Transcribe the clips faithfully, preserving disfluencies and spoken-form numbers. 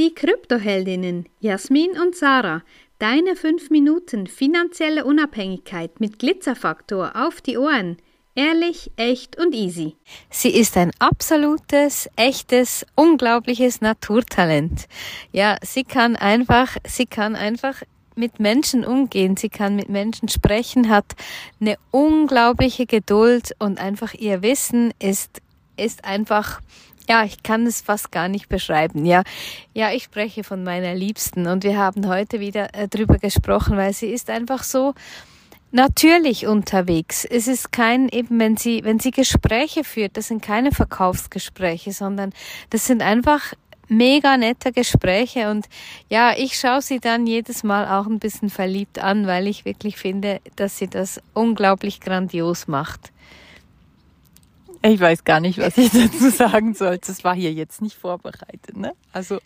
Die Kryptoheldinnen Jasmin und Sarah. Deine fünf Minuten finanzielle Unabhängigkeit mit Glitzerfaktor auf die Ohren. Ehrlich, echt und easy. Sie ist ein absolutes, echtes, unglaubliches Naturtalent. Ja, sie kann einfach, sie kann einfach mit Menschen umgehen. Sie kann mit Menschen sprechen, hat eine unglaubliche Geduld und einfach ihr Wissen ist, ist einfach, ja, ich kann es fast gar nicht beschreiben. Ja, ja, ich spreche von meiner Liebsten und wir haben heute wieder äh, drüber gesprochen, weil sie ist einfach so natürlich unterwegs. Es ist kein, eben wenn sie, wenn sie Gespräche führt, das sind keine Verkaufsgespräche, sondern das sind einfach mega nette Gespräche und ja, ich schaue sie dann jedes Mal auch ein bisschen verliebt an, weil ich wirklich finde, dass sie das unglaublich grandios macht. Ich weiß gar nicht, was ich dazu sagen soll. Das war hier jetzt nicht vorbereitet, ne? Also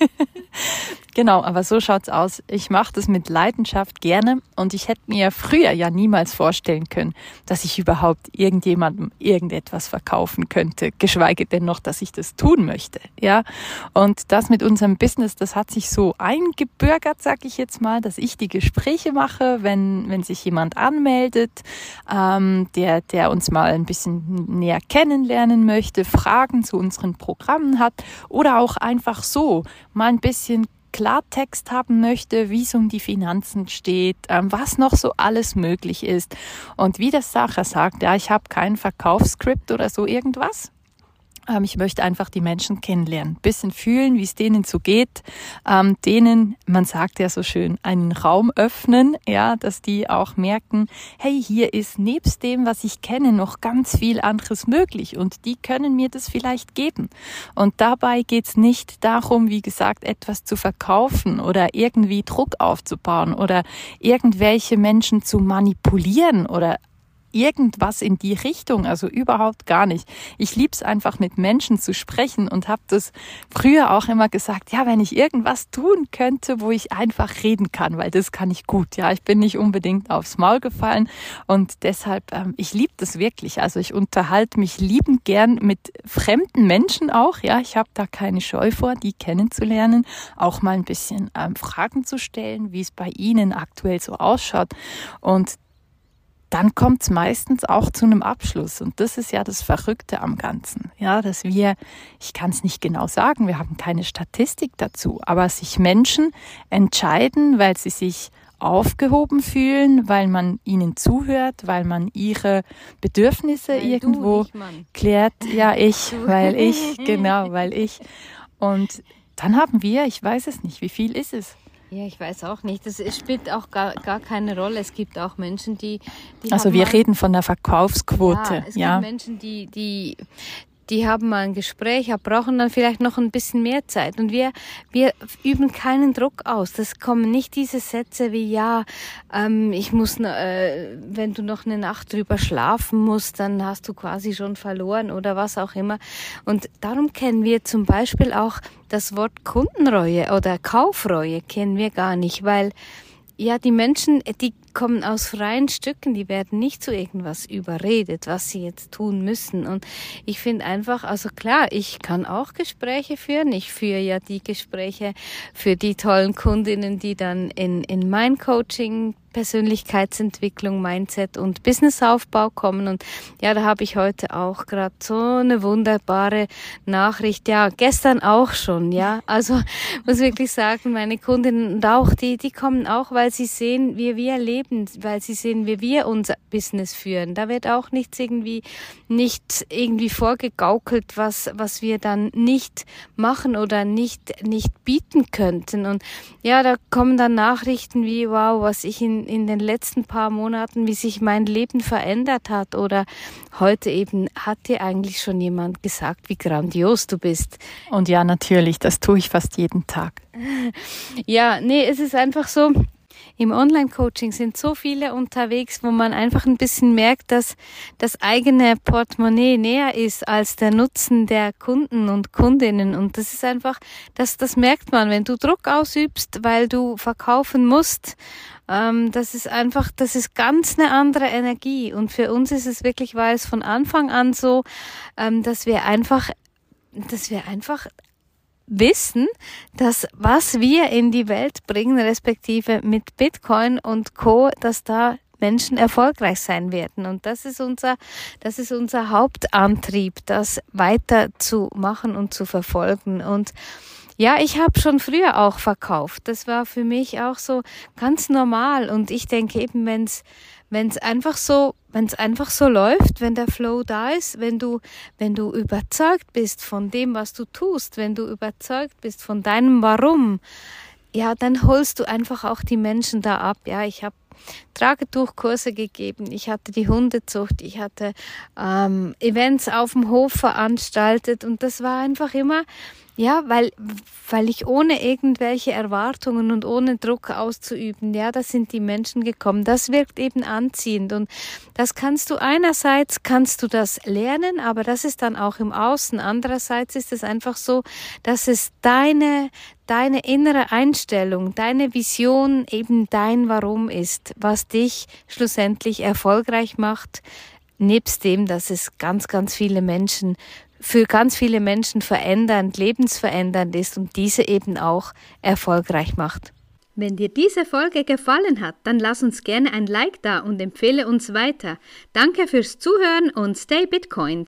genau, aber so schaut's aus. Ich mache das mit Leidenschaft gerne und ich hätte mir früher ja niemals vorstellen können, dass ich überhaupt irgendjemandem irgendetwas verkaufen könnte, geschweige denn noch, dass ich das tun möchte, ja. Und das mit unserem Business, das hat sich so eingebürgert, sag ich jetzt mal, dass ich die Gespräche mache, wenn wenn sich jemand anmeldet, ähm, der der uns mal ein bisschen näher kennenlernen möchte, Fragen zu unseren Programmen hat oder auch einfach so mal ein bisschen Klartext haben möchte, wie es um die Finanzen steht, ähm, was noch so alles möglich ist. Und wie der Sacher sagt, ja, ich habe kein Verkaufsskript oder so irgendwas. Ähm, ich möchte einfach die Menschen kennenlernen, ein bisschen fühlen, wie es denen so geht, ähm, denen, man sagt ja so schön, einen Raum öffnen, ja, dass die auch merken, hey, hier ist nebst dem, was ich kenne, noch ganz viel anderes möglich und die können mir das vielleicht geben. Und dabei geht's nicht darum, wie gesagt, etwas zu verkaufen oder irgendwie Druck aufzubauen oder irgendwelche Menschen zu manipulieren oder irgendwas in die Richtung, also überhaupt gar nicht. Ich lieb's einfach, mit Menschen zu sprechen und habe das früher auch immer gesagt, ja, wenn ich irgendwas tun könnte, wo ich einfach reden kann, weil das kann ich gut. Ja, ich bin nicht unbedingt aufs Maul gefallen und deshalb, ähm, ich liebe das wirklich. Also ich unterhalte mich liebend gern mit fremden Menschen auch. Ja, ich habe da keine Scheu vor, die kennenzulernen, auch mal ein bisschen ähm, Fragen zu stellen, wie es bei Ihnen aktuell so ausschaut und dann kommt es meistens auch zu einem Abschluss. Und das ist ja das Verrückte am Ganzen. Ja, dass wir, ich kann es nicht genau sagen, wir haben keine Statistik dazu, aber sich Menschen entscheiden, weil sie sich aufgehoben fühlen, weil man ihnen zuhört, weil man ihre Bedürfnisse weil irgendwo du, ich, klärt. Ja, ich, weil ich, genau, weil ich. Und dann haben wir, ich weiß es nicht, wie viel ist es? Ja, ich weiß auch nicht. Das spielt auch gar, gar keine Rolle. Es gibt auch Menschen, die... die also wir mal, reden von der Verkaufsquote. Ja, es ja. gibt Menschen, die... die die haben mal ein Gespräch, aber brauchen dann vielleicht noch ein bisschen mehr Zeit. Und wir wir üben keinen Druck aus. Das kommen nicht diese Sätze wie, ja, ähm, ich muss, äh, wenn du noch eine Nacht drüber schlafen musst, dann hast du quasi schon verloren oder was auch immer. Und darum kennen wir zum Beispiel auch das Wort Kundenreue oder Kaufreue kennen wir gar nicht, weil ja, die Menschen, die kommen aus freien Stücken, die werden nicht zu irgendwas überredet, was sie jetzt tun müssen. Und ich finde einfach, also klar, ich kann auch Gespräche führen. Ich führe ja die Gespräche für die tollen Kundinnen, die dann in, in mein Coaching, Persönlichkeitsentwicklung, Mindset und Businessaufbau kommen. Und ja, da habe ich heute auch gerade so eine wunderbare Nachricht. Ja, gestern auch schon, ja. Also muss wirklich sagen, meine Kundinnen und auch die, die kommen auch, weil sie sehen, wie wir leben, weil sie sehen, wie wir unser Business führen. Da wird auch nichts irgendwie, nicht irgendwie vorgegaukelt, was, was wir dann nicht machen oder nicht, nicht bieten könnten. Und ja, da kommen dann Nachrichten wie, wow, was ich in in den letzten paar Monaten, wie sich mein Leben verändert hat oder heute eben, hat dir eigentlich schon jemand gesagt, wie grandios du bist? Und ja, natürlich, das tue ich fast jeden Tag. Ja, nee, es ist einfach so, im Online-Coaching sind so viele unterwegs, wo man einfach ein bisschen merkt, dass das eigene Portemonnaie näher ist als der Nutzen der Kunden und Kundinnen. Und das ist einfach, das, das merkt man, wenn du Druck ausübst, weil du verkaufen musst. Ähm, das ist einfach, das ist ganz eine andere Energie. Und für uns ist es wirklich, war es von Anfang an so, ähm, dass wir einfach, dass wir einfach wissen, dass was wir in die Welt bringen, respektive mit Bitcoin und Co., dass da Menschen erfolgreich sein werden. Und das ist unser, das ist unser Hauptantrieb, das weiter zu machen und zu verfolgen. Und ja, ich habe schon früher auch verkauft. Das war für mich auch so ganz normal. Und ich denke eben, wenn es wenn es einfach so, wenn es einfach so läuft, wenn der Flow da ist, wenn du wenn du überzeugt bist von dem, was du tust, wenn du überzeugt bist von deinem Warum, ja, dann holst du einfach auch die Menschen da ab. Ja, ich habe Tragetuchkurse gegeben, ich hatte die Hundezucht, ich hatte ähm, Events auf dem Hof veranstaltet und das war einfach immer, ja, weil weil ich ohne irgendwelche Erwartungen und ohne Druck auszuüben, ja, da sind die Menschen gekommen. Das wirkt eben anziehend und das kannst du einerseits, kannst du das lernen, aber das ist dann auch im Außen. Andererseits ist es einfach so, dass es deine deine innere Einstellung, deine Vision, eben dein Warum ist, was dich schlussendlich erfolgreich macht, nebst dem, dass es ganz, ganz viele Menschen, für ganz viele Menschen verändernd, lebensverändernd ist und diese eben auch erfolgreich macht. Wenn dir diese Folge gefallen hat, dann lass uns gerne ein Like da und empfehle uns weiter. Danke fürs Zuhören und stay Bitcoin.